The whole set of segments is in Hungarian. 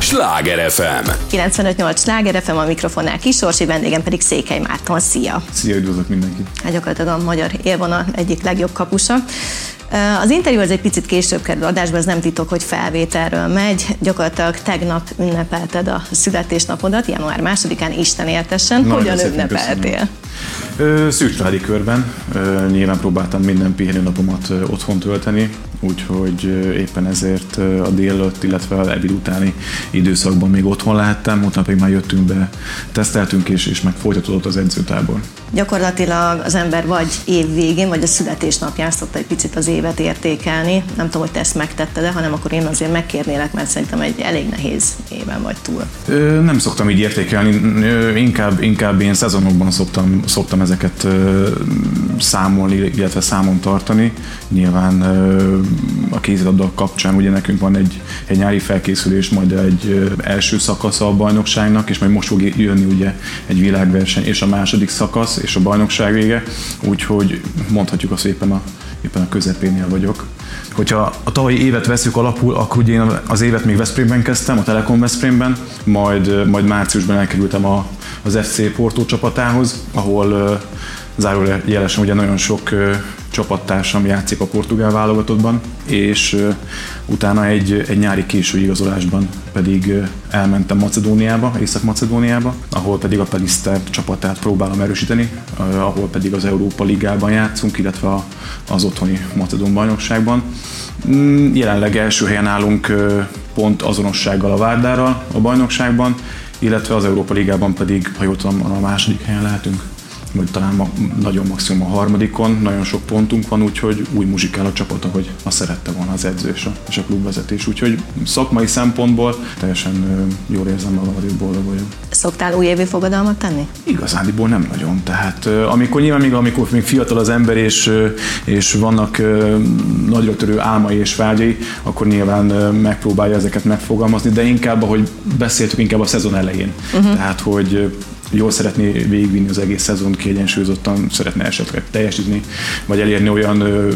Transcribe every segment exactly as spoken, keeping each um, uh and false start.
Sláger ef em. kilencvenöt nyolc Sláger ef em, a mikrofonnál Kis Orsi, vendégem pedig Székely Márton. Szia! Szia, üdvözlök mindenkit! Hát gyakorlatilag a magyar élvonal egyik legjobb kapusa. Az interjú az egy picit később kerül adásba, ez nem titok, hogy felvételről megy. Gyakorlatilag tegnap ünnepelted a születésnapodat, január másodikán, Isten éltessen. Nagyon Hogyan szépen ünnepeltél? Szűk családi körben. Ö, nyilván próbáltam minden pihenőnapomat ö, otthon tölteni, úgyhogy ö, éppen ezért ö, a délelőtt, illetve a ebéd utáni időszakban még otthon lehettem, utána pedig már jöttünk be, teszteltünk és, és meg folytatódott az edzőtábor. Gyakorlatilag az ember vagy év végén, vagy a születésnapján szokta egy picit az évet értékelni. Nem tudom, hogy te ezt megtetted-e, hanem akkor én azért megkérnélek, mert szerintem egy elég nehéz éven vagy túl. Ö, nem szoktam így értékelni, ö, inkább, inkább én szezonokban szoktam, szoktam ezeket ö, számolni, illetve számon tartani. Nyilván ö, a kézilabda kapcsán ugye nekünk van egy, egy nyári felkészülés, majd egy ö, első szakasza a bajnokságnak, és majd most fog jönni ugye egy világverseny és a második szakasz, és a bajnokság vége, úgyhogy mondhatjuk azt, hogy éppen a, éppen a közepénél vagyok. Hogyha a tavalyi évet veszük alapul, akkor ugye én az évet még Veszprémben kezdtem, a Telekom Veszprémben, majd, majd márciusban elkerültem a, az ef cé Porto csapatához, ahol zárójelesen ugye nagyon sok csapattársam játszik a portugál válogatottban, és uh, utána egy, egy nyári késő igazolásban pedig uh, elmentem Macedóniába, Észak-Macedóniába, ahol pedig a Peliszter csapatát próbálom erősíteni, uh, ahol pedig az Európa Ligában játszunk, illetve a, az otthoni macedón bajnokságban. Mm, jelenleg első helyen állunk uh, pont azonossággal a Várdárral a bajnokságban, illetve az Európa Ligában pedig, ha jól tudom, a második helyen lehetünk, vagy talán ma, nagyon maximum a harmadikon, nagyon sok pontunk van, úgyhogy úgy muzsikál a csapat, ahogy azt szerette volna az edző és a, és a klubvezetés. Úgyhogy szakmai szempontból teljesen ö, jól érzem magam, hogy boldog vagyok. Szoktál újévi fogadalmat tenni? Igazándiból nem nagyon. Tehát ö, amikor nyilván még, amikor még fiatal az ember, és, ö, és vannak ö, nagyra törő álmai és vágyai, akkor nyilván ö, megpróbálja ezeket megfogalmazni, de inkább, ahogy beszéltük, inkább a szezon elején. Uh-huh. Tehát, hogy jól szeretné végigvinni az egész szezont, kiegyensúlyozottan szeretne esetleg teljesíteni, vagy elérni olyan ö,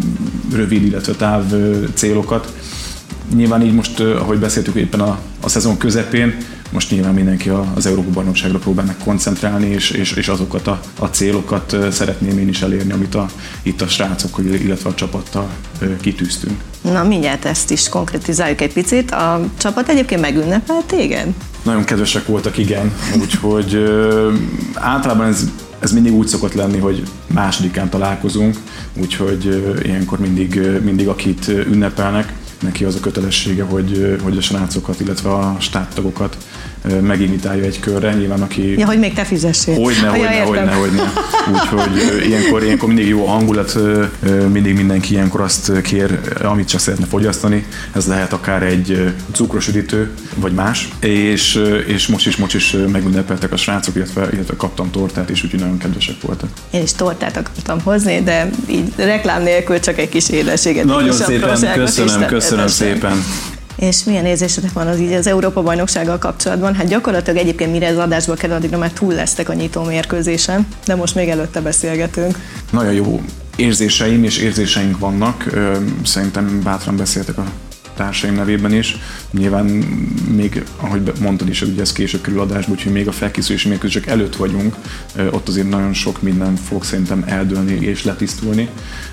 rövid, illetve táv ö, célokat. Nyilván így most, ö, ahogy beszéltük éppen a, a szezon közepén, most nyilván mindenki az Európa-bajnokságra próbál meg koncentrálni, és, és, és azokat a, a célokat ö, szeretném én is elérni, amit a, itt a srácok, illetve a csapattal ö, kitűztünk. Na, mindjárt ezt is konkretizáljuk egy picit. A csapat egyébként megünnepelt téged? Nagyon kedvesek voltak, igen, úgyhogy ö, általában ez, ez mindig úgy szokott lenni, hogy másodikán találkozunk, úgyhogy ö, ilyenkor mindig, ö, mindig akit ünnepelnek, neki az a kötelessége, hogy, hogy a srácokat, illetve a stábtagokat megimitálja egy körre, nyilván aki... Ja, hogy még te fizessél. Hogyne, hogyne, ja, hogyne, hogyne. Úgyhogy ilyenkor, ilyenkor mindig jó a hangulat, mindig mindenki ilyenkor azt kér, amit csak szeretne fogyasztani. Ez lehet akár egy cukros üdítő, vagy más. És, és most is, most is megünnepeltek a srácok, illetve, illetve kaptam tortát, és úgyhogy nagyon kedvesek voltak. Én is tortát akartam hozni, de így reklám nélkül csak egy kis édességet. Nagyon szépen, köszönöm, köszönöm szépen. És milyen érzésetek van az így az Európa-bajnoksággal kapcsolatban? Hát gyakorlatilag egyébként mire az adásba kerül, addigra már túl lesztek a nyitó mérkőzésen, de most még előtte beszélgetünk. Nagyon jó érzéseim és érzéseink vannak. Szerintem bátran beszéltek a társaim nevében is. Nyilván még, ahogy mondtad is, ugye ez később kerül adásba, úgyhogy még a felkészülési mérkőzések előtt vagyunk. Ott azért nagyon sok minden fog szerintem eldőlni és letisztulni,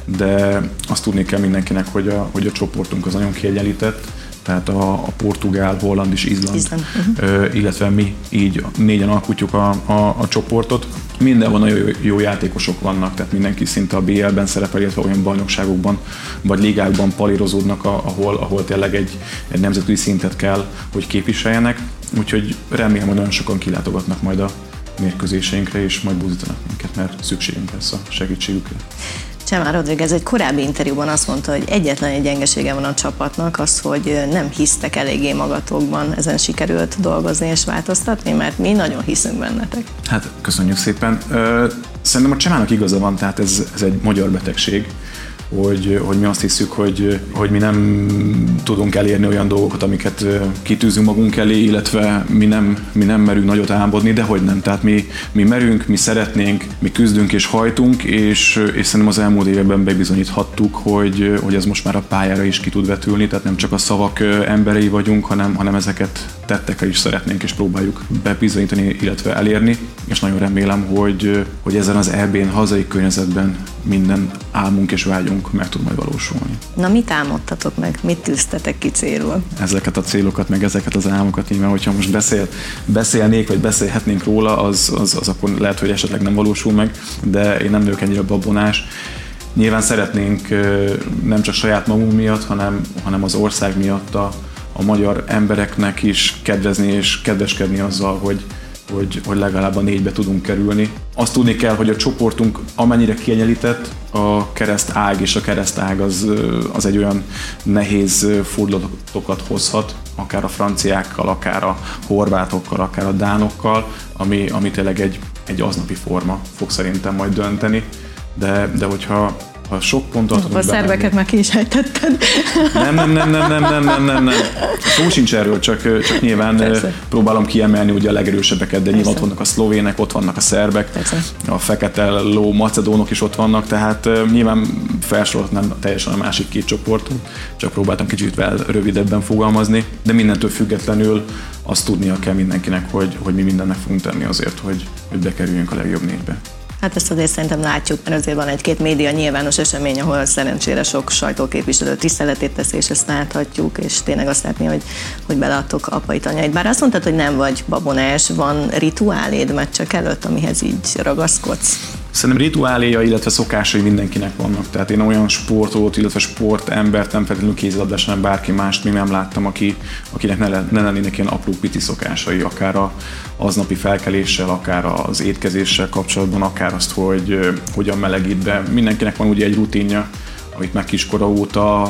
de azt tudni kell mindenkinek, hogy a, hogy a csoportunk az nagyon kiegyenlített, tehát a, a portugál, holland és izland, Izland. Uh-huh. illetve mi így négyen alkotjuk a, a, a csoportot. Mindenhol nagyon jó, jó játékosok vannak, tehát mindenki szinte a bé el-ben szerepel, illetve olyan bajnokságokban vagy ligákban palírozódnak, ahol, ahol tényleg egy, egy nemzetközi szintet kell, hogy képviseljenek. Úgyhogy remélem, hogy nagyon sokan kilátogatnak majd a mérkőzéseinkre, és majd buzdítanak minket, mert szükségünk lesz a segítségükre. Chema Rodriguez egy korábbi interjúban azt mondta, hogy egyetlen egy gyengesége van a csapatnak, az, hogy nem hisztek eléggé magatokban, ezen sikerült dolgozni és változtatni, mert mi nagyon hiszünk bennetek. Hát köszönjük szépen. Szerintem a Chemának igaza van, tehát ez, ez egy magyar betegség, hogy, hogy mi azt hiszük, hogy, hogy mi nem tudunk elérni olyan dolgokat, amiket kitűzünk magunk elé, illetve mi nem, mi nem merünk nagyot álmodni, de hogy nem. Tehát mi, mi merünk, mi szeretnénk, mi küzdünk és hajtunk, és, és szerintem az elmúlt években bebizonyíthattuk, hogy, hogy ez most már a pályára is ki tud vetülni, tehát nem csak a szavak emberei vagyunk, hanem, hanem ezeket tettekkel is szeretnénk és próbáljuk bebizonyítani, illetve elérni, és nagyon remélem, hogy, hogy ezen az é bén, hazai környezetben minden álmunk és vágyunk meg tud majd valósulni. Na, mit álmodtatok meg? Mit tűztetek ki célul? Ezeket a célokat, meg ezeket az álmokat, nyilván, hogyha most beszél, beszélnék, vagy beszélhetnénk róla, az, az, az akkor lehet, hogy esetleg nem valósul meg, de én nem nők ennyire babonás. Nyilván szeretnénk nem csak saját magunk miatt, hanem, hanem az ország miatt a, a magyar embereknek is kedvezni és kedveskedni azzal, hogy, hogy, hogy legalább a négybe tudunk kerülni. Azt tudni kell, hogy a csoportunk amennyire kiegyenlített, a keresztág és a keresztág az, az egy olyan nehéz fordulatokat hozhat, akár a franciákkal, akár a horvátokkal, akár a dánokkal, ami, ami tényleg egy, egy aznapi forma fog szerintem majd dönteni. De, de hogyha ha sok pontot tudunk bemenni... A szerbeket már ki is ejtetted. Nem, nem, nem, nem, nem, nem, nem, nem, nem. Szó sincs erről, csak, csak nyilván Persze. próbálom kiemelni ugye a legerősebbeket, de nyilván ott vannak a szlovének, ott vannak a szerbek, Persze. a fekete ló macedónok is ott vannak, tehát nyilván felsorolhatnám teljesen a másik két csoportot, csak próbáltam kicsit rövidebben fogalmazni, de mindentől függetlenül azt tudnia kell mindenkinek, hogy, hogy mi mindennek fogunk tenni azért, hogy, hogy bekerüljünk a legjobb négybe. Hát ezt azért szerintem látjuk, mert azért van egy-két média nyilvános esemény, ahol szerencsére sok sajtóképviselő tiszteletét teszi, és ezt láthatjuk, és tényleg azt látni, hogy, hogy beleadtok apait, anyait. Bár azt mondtad, hogy nem vagy babonás, van rituáléd meccsek előtt, amihez így ragaszkodsz? Szerintem rituáléja, illetve szokásai mindenkinek vannak. Tehát én olyan sportolót, illetve sportembert, nem feltétlenül kézilabdás, hanem bárki mást még nem láttam, aki, akinek ne, ne lennének ilyen apró piti szokásai, akár a aznapi felkeléssel, akár az étkezéssel kapcsolatban, akár azt, hogy hogyan melegít be. Mindenkinek van ugye egy rutinja, amit meg kiskora óta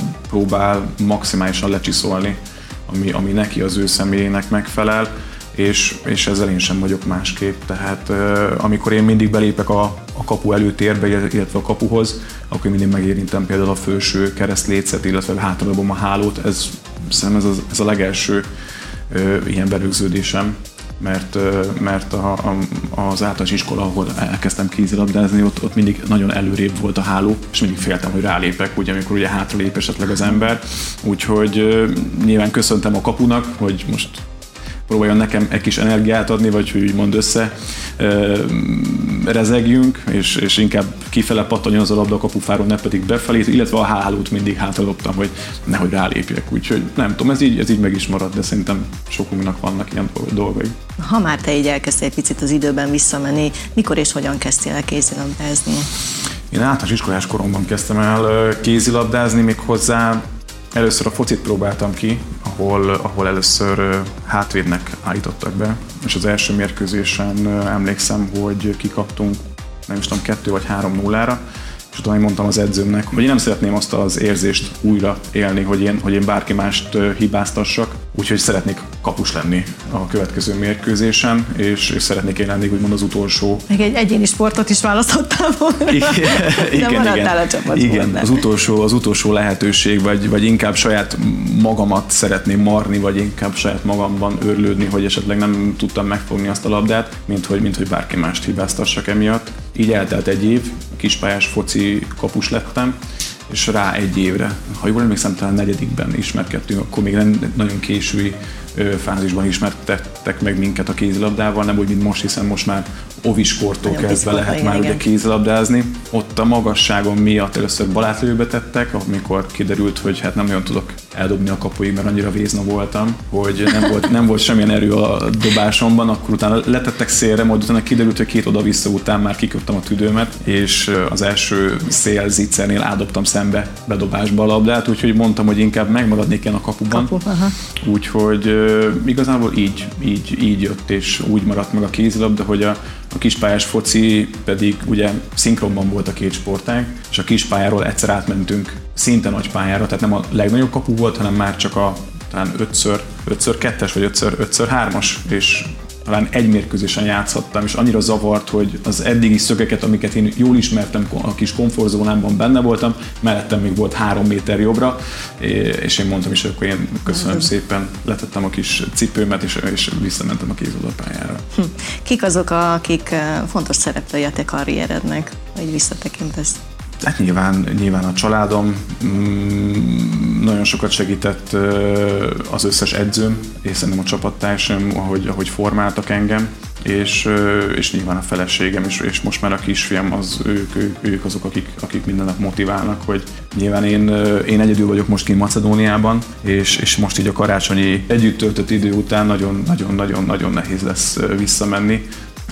próbál maximálisan lecsiszolni, ami, ami neki, az ő személyének megfelel. És, és ezzel én sem vagyok másképp. Tehát uh, amikor én mindig belépek a, a kapu előtérbe, illetve a kapuhoz, akkor mindig megérintem például a felső keresztlécet, illetve hátralabom a hálót. Ez, szerintem ez, ez a legelső uh, ilyen berögződésem, mert, uh, mert a, a, az általános iskola, ahol elkezdtem kézilabdázni, ott, ott mindig nagyon előrébb volt a háló, és mindig féltem, hogy rálépek, ugye, amikor ugye hátralép esetleg az ember. Úgyhogy uh, nyilván köszöntem a kapunak, hogy most próbáljon nekem egy kis energiát adni, vagy hogy úgymond össze ö, rezegjünk, és, és inkább kifele pattanjon az a labda a kapufáról, ne pedig befelé, illetve a hálót mindig hátraloptam, hogy nehogy rálépjek. Úgyhogy nem tudom, ez így, ez így meg is maradt, de szerintem sokunknak vannak ilyen dolgai. Ha már te így elkezdtél egy picit az időben visszamenni, mikor és hogyan kezdtél el kézilabdázni? Én általános iskolás koromban kezdtem el kézilabdázni, még hozzá először a focit próbáltam ki, ahol, ahol először hátvédnek állítottak be, és az első mérkőzésen emlékszem, hogy kikaptunk, nem is tudom, kettő vagy három nullára, és utána mondtam az edzőmnek, hogy én nem szeretném azt az érzést újra élni, hogy én, hogy én bárki mást hibáztassak, úgyhogy szeretnék kapus lenni a következő mérkőzésen, és, és szeretnék én lenni úgymond az utolsó. Még egy egyéni sportot is választottál volna. Igen, de igen, maradtál a csapatból. Igen, az utolsó, az utolsó lehetőség, vagy, vagy inkább saját magamat szeretném marni, vagy inkább saját magamban őrlődni, hogy esetleg nem tudtam megfogni azt a labdát, mint hogy, mint hogy bárki mást hibáztassak emiatt. Így eltelt egy év, kispályás foci kapus lettem, és rá egy évre, ha jól emlékszem, talán negyedikben ismerkedtünk, akkor még nem nagyon késői fázisban ismertettek meg minket a kézilabdával, nem úgy, mint most, hiszen most már oviskortól kezdve lehet igen, már igen. ugye kézilabdázni. Ott a magasságom miatt először balátlőbe tettek, amikor kiderült, hogy hát nem nagyon tudok eldobni a kapuig, mert annyira vézna voltam, hogy nem volt, nem volt semmilyen erő a dobásomban, akkor utána letettek szélre, majd utána kiderült, hogy két oda-vissza után már kiköptem a tüdőmet, és az első szél zicsernél áldobtam szembe bedobásba a labdát, úgyhogy mondtam, hogy inkább megmaradnék én a kapuban. Kapu, úgyhogy uh, igazából így, így, így jött, és úgy maradt meg a kézilabda, hogy a A kispályás foci pedig ugye szinkronban volt a két sportág, és a kispályáról egyszer átmentünk szinte nagy pályára, tehát nem a legnagyobb kapu volt, hanem már csak a talán ötször kettes vagy ötször hármas, és talán egy mérkőzésen játszhattam, és annyira zavart, hogy az eddigi szögeket, amiket én jól ismertem, a kis komfortzónámban benne voltam, mellettem még volt három méter jobbra, és én mondtam is, hogy akkor én köszönöm szépen, letettem a kis cipőmet, és, és visszamentem a kézilabdapályára. Hm. Kik azok, akik fontos szereplői a te karrierednek, hogy visszatekintesz? Hát nyilván, nyilván a családom mm, nagyon sokat segített az összes edzőm, és szerintem a csapattársam, ahogy, ahogy formáltak engem, és, és nyilván a feleségem, és, és most már a kisfiam, az, ők, ők, ők azok, akik, akik minden nap motiválnak, hogy nyilván én, én egyedül vagyok most kint Macedóniában, és, és most így a karácsonyi együtt töltött idő után nagyon-nagyon-nagyon nehéz lesz visszamenni,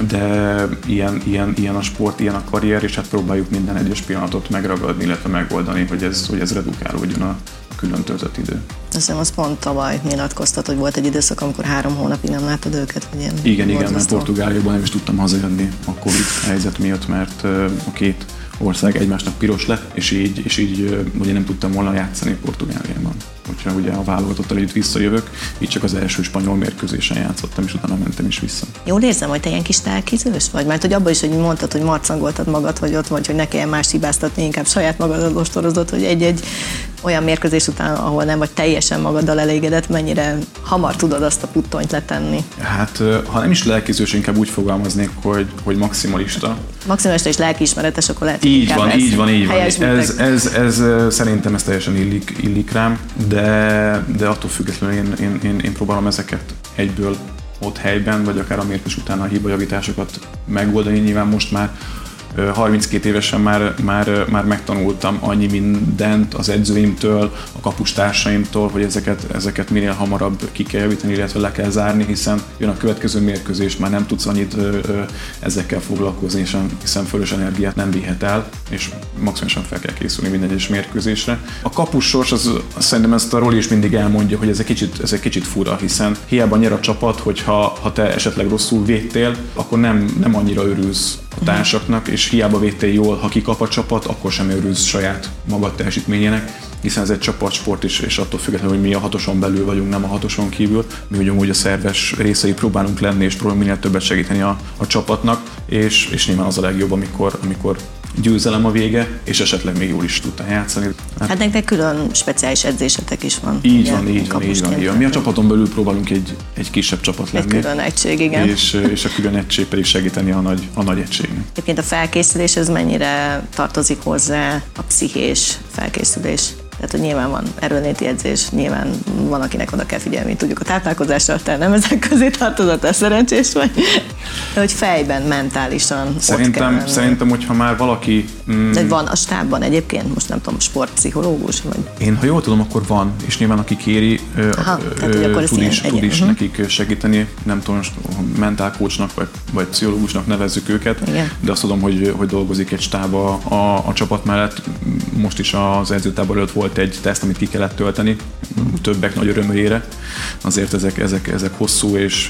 de ilyen, ilyen, ilyen a sport, ilyen a karrier, és hát próbáljuk minden egyes pillanatot megragadni, illetve megoldani, hogy ez, hogy ez redukálódjon a, a külön töltött idő. Azt azt pont tavaly nyilatkoztat, hogy volt egy időszak, amikor három hónapig nem láttad őket, vagy ilyen Igen, igen, mert Portugáliában nem is tudtam hazajönni a Covid helyzet miatt, mert a két ország egymásnak piros lett, és így, és így ugye nem tudtam volna játszani Portugáliában. Hogyha ugye a válogatottal együtt visszajövök, így csak az első spanyol mérkőzésen játszottam, és utána mentem is vissza. Jól érzem, hogy te ilyen kis telkizős vagy? Mert hogy abban is, hogy mondtad, hogy marcangoltad magad, hogy ott vagy, hogy ne kelljen más hibáztatni, inkább saját magadat ostorozod, hogy egy-egy olyan mérkőzés után, ahol nem vagy teljesen magaddal elégedett, mennyire hamar tudod azt a puttonyt letenni? Hát, ha nem is lelkizős, inkább úgy fogalmaznék, hogy, hogy maximalista. Maximalista és lelkiismeretes, akkor lehet, így van, így van, így van. Ez, ez, ez, ez, szerintem ez teljesen illik, illik rám, de, de attól függetlenül én, én, én, én próbálom ezeket egyből ott helyben, vagy akár a mérkőzés után a hibajavításokat megoldani. Nyilván most már harminckét évesen már, már, már megtanultam annyi mindent az edzőimtől, a kapustársaimtól, hogy ezeket, ezeket minél hamarabb ki kell javítani, illetve le kell zárni, hiszen jön a következő mérkőzés, már nem tudsz annyit ö, ö, ezekkel foglalkozni, hiszen fölös energiát nem vihet el, és maximálisan fel kell készülni minden egyes mérkőzésre. A kapussors, az, az szerintem ezt a Roli is mindig elmondja, hogy ez egy kicsit, ez egy kicsit fura, hiszen hiába nyer a csapat, hogyha ha te esetleg rosszul védtél, akkor nem, nem annyira örülsz a társaknak, és hiába védtél jól, ha kikap a csapat, akkor sem örülsz saját magad teljesítményének, hiszen ez egy csapatsport is, és attól függetlenül, hogy mi a hatoson belül vagyunk, nem a hatoson kívül, mi ugyanúgy a szerves részei próbálunk lenni, és próbálunk minél többet segíteni a, a csapatnak, és, és nyilván az a legjobb, amikor, amikor győzelem a vége, és esetleg még jól is tudtál játszani. Hát, hát nektek külön speciális edzésetek is van. Így ugye, van, így van, így van, így van. Mi a csapaton belül próbálunk egy, egy kisebb csapat lenni. Egy külön egység, igen. És, és a külön egység pedig segíteni a nagy, a nagy egységnek. Egyébként a felkészülés, ez mennyire tartozik hozzá a pszichés felkészülés? Tehát, hogy nyilván van erőnléti edzés, nyilván van, akinek oda kell figyelni, tudjuk a táplálkozásra, te nem ezek közé tartozol, te szerencsés vagy. De hogy fejben, mentálisan Szerintem, ott kell szerintem, hogyha már valaki... Mm, de van a stábban egyébként, most nem tudom, sportpszichológus? Vagy? Én, ha jól tudom, akkor van, és nyilván aki kéri, Aha, ö, tehát, ö, tud is, tud is uh-huh. nekik segíteni, nem tudom, mentálkócsnak vagy, vagy pszichológusnak nevezzük őket, igen. De azt tudom, hogy, hogy dolgozik egy stáb a, a, a csapat mellett. Most is az edzőtábor előtt volt egy teszt, amit ki kellett tölteni, többek nagy örömére. Azért ezek, ezek, ezek hosszú és,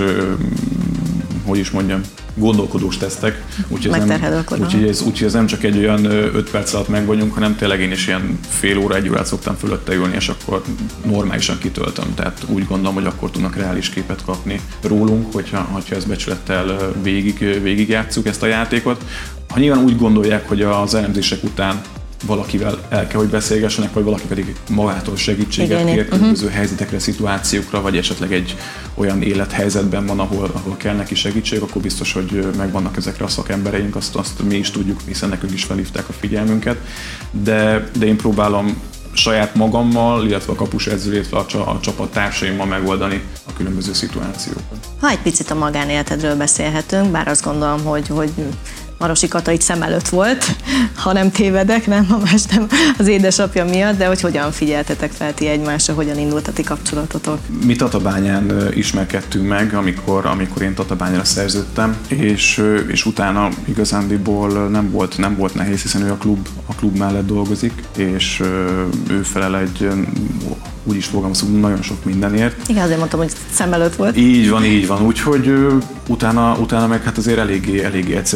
hogy is mondjam, gondolkodós tesztek. Úgyhogy ez, nem, úgyhogy ez, úgyhogy ez nem csak egy olyan öt perc alatt meg vagyunk, hanem tényleg én is ilyen fél óra, egy órát szoktam fölötte ülni, és akkor normálisan kitöltöm. Tehát úgy gondolom, hogy akkor tudnak reális képet kapni rólunk, hogyha, hogyha ezt becsülettel végig, végigjátszuk ezt a játékot. Ha nyilván úgy gondolják, hogy az elemzések után valakivel el kell, hogy beszélgessenek, vagy valaki pedig magától segítséget igen, kér különböző uh-huh. helyzetekre, szituációkra, vagy esetleg egy olyan élethelyzetben van, ahol, ahol kell neki segítség, akkor biztos, hogy megvannak ezekre a szakembereink, azt, azt mi is tudjuk, hiszen nekünk is felhívták a figyelmünket, de, de én próbálom saját magammal, illetve a kapusedző, illetve a csapattársaimmal megoldani a különböző szituációkat. Ha egy picit a magánéletedről beszélhetünk, bár azt gondolom, hogy, hogy Marosi Kata itt szem előtt volt, ha nem tévedek, nem, ha más nem az édesapja miatt, de hogy hogyan figyeltetek fel ti egymásra, hogyan indult a ti kapcsolatotok? Mi Tatabányán ismerkedtünk meg, amikor, amikor én Tatabányra szerződtem, és, és utána igazándiból nem volt, nem volt nehéz, hiszen ő a klub, a klub mellett dolgozik, és ő felel egy, úgy is fogalmazunk, nagyon sok mindenért. Igen, azért mondtam, hogy szem előtt volt. Így van, így van, úgyhogy utána, utána meg hát azért eléggé, eléggé egyszerű az út,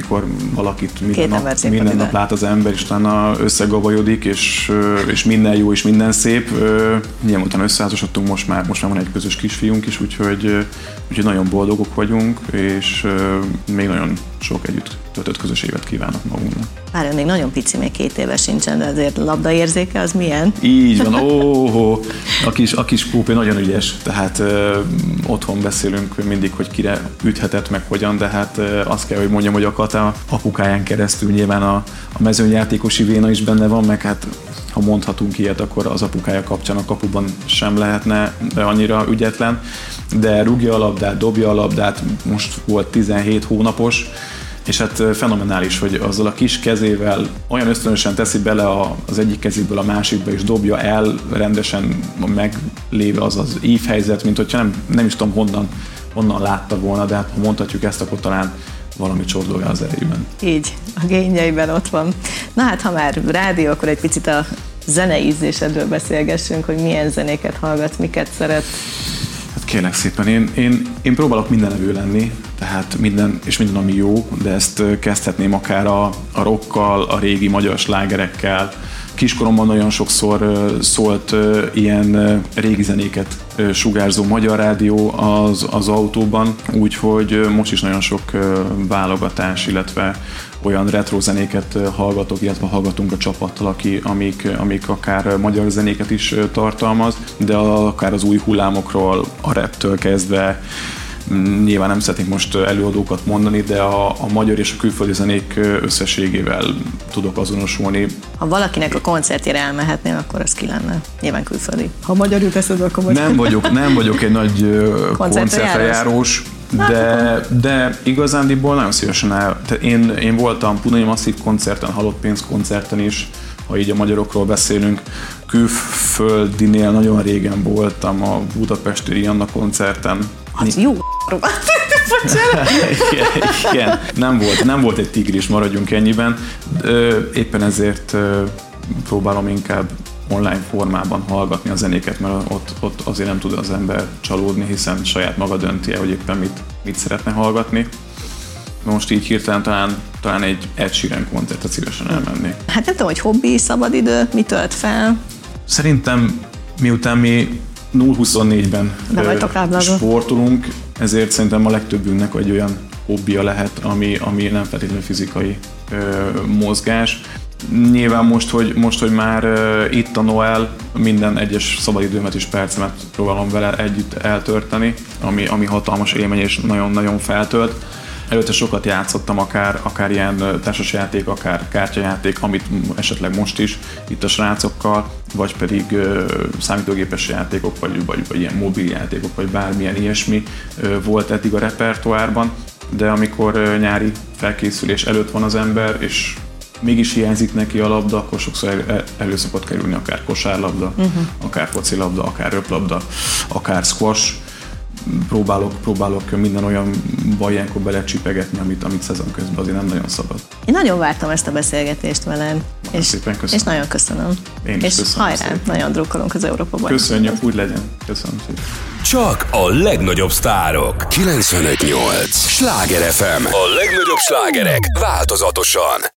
amikor valakit minden nap, minden nap lát az ember, és utána összegabajodik, és, és minden jó, és minden szép. Nyilván utána összeházasodtunk, most már, most már van egy közös kisfiunk is, úgyhogy, úgyhogy nagyon boldogok vagyunk, és még nagyon sok együtt töltött közös évet kívánok magunknak. Várjon, még nagyon pici, még két éves sincsen, de azért labdaérzéke az milyen? Így van, óhó, a kis, a kis Pópi nagyon ügyes, tehát ö, otthon beszélünk mindig, hogy kire üthetett meg hogyan, de hát ö, azt kell, hogy mondjam, hogy a Kata apukáján keresztül nyilván a, a mezőnyjátékosi véna is benne van, meg hát ha mondhatunk ilyet, akkor az apukája kapcsán a kapuban sem lehetne annyira ügyetlen, de rúgja a labdát, dobja a labdát, most volt tizenhét hónapos, és hát fenomenális, hogy azzal a kis kezével olyan ösztönösen teszi bele a, az egyik kezéből a másikba, és dobja el rendesen megléve az az ívhelyzet, mint hogyha nem, nem is tudom honnan, honnan látta volna, de hát ha mondhatjuk ezt, akkor talán valami csordolja az erejében. Így, a génjeiben ott van. Na hát, ha már rádió, akkor egy picit a zenei ízlésedről beszélgessünk, hogy milyen zenéket hallgatsz, miket szeret. Hát kérlek szépen, én, én, én próbálok mindenevő lenni, tehát minden, és minden, ami jó, de ezt kezdhetném akár a, a rockkal, a régi magyar slágerekkel. Kiskoromban nagyon sokszor szólt ilyen régi zenéket sugárzó magyar rádió az, az autóban, úgyhogy most is nagyon sok válogatás, illetve olyan retro zenéket hallgatok, illetve hallgatunk a csapattal, aki, amik, amik akár magyar zenéket is tartalmaz, de akár az új hullámokról, a raptől kezdve, nyilván nem szeretnék most előadókat mondani, de a, a magyar és a külföldi zenék összességével tudok azonosulni. Ha valakinek a koncertjére elmehetnél, akkor az ki lenne? Nyilván külföldi. Ha magyar jut eszedbe, akkor magyar. Nem vagyok, nem vagyok egy nagy koncertre járós, de, de igazándiból nagyon szívesen el. Én, én voltam Punai Masszív koncerten, Halott pénz koncerten is, ha így a magyarokról beszélünk. Külföldinél nagyon régen voltam a budapesti Rihanna koncerten. Az jó igen, igen. Nem volt, nem volt egy tigris, maradjunk ennyiben. Éppen ezért próbálom inkább online formában hallgatni a zenéket, mert ott, ott azért nem tud az ember csalódni, hiszen saját maga dönti el, hogy éppen mit, mit szeretne hallgatni. Most így hirtelen talán, talán egy Ed Sheeran koncertet szívesen elmenni. Hát nem tudom, hogy hobbi, szabadidő, mi tölt fel? Szerintem miután mi nulla huszonnégyben sportolunk, ezért szerintem a legtöbbünknek egy olyan hobbija lehet, ami, ami nem feltétlenül fizikai ö, mozgás. Nyilván most, hogy, most, hogy már ö, itt a Noel, minden egyes szabadidőmet és percemet próbálom vele együtt eltölteni, ami, ami hatalmas élmény és nagyon-nagyon feltölt. Előtte sokat játszottam, akár, akár ilyen társasjáték, akár kártyajáték, amit esetleg most is itt a srácokkal, vagy pedig ö, számítógépes játékok, vagy, vagy, vagy ilyen mobiljátékok, vagy bármilyen ilyesmi ö, volt eddig a repertoárban, de amikor ö, nyári felkészülés előtt van az ember, és mégis hiányzik neki a labda, akkor sokszor el, elő szokott kerülni akár kosárlabda, uh-huh. akár focilabda, akár röplabda, akár squash. Próbálok, próbálok minden olyan bajjánkba belecsipegetni, amit, amit szezon közben azért nem nagyon szabad. Én nagyon vártam ezt a beszélgetést veled, és, és nagyon köszönöm. Én is és köszönöm hajrá, szépen. Nagyon drukkolunk az Európa-bajnoksághoz. Köszönjük, úgy legyen. Köszönöm szépen. Csak a legnagyobb sztárok. kilencvenöt nyolc Sláger ef em. A legnagyobb slágerek változatosan.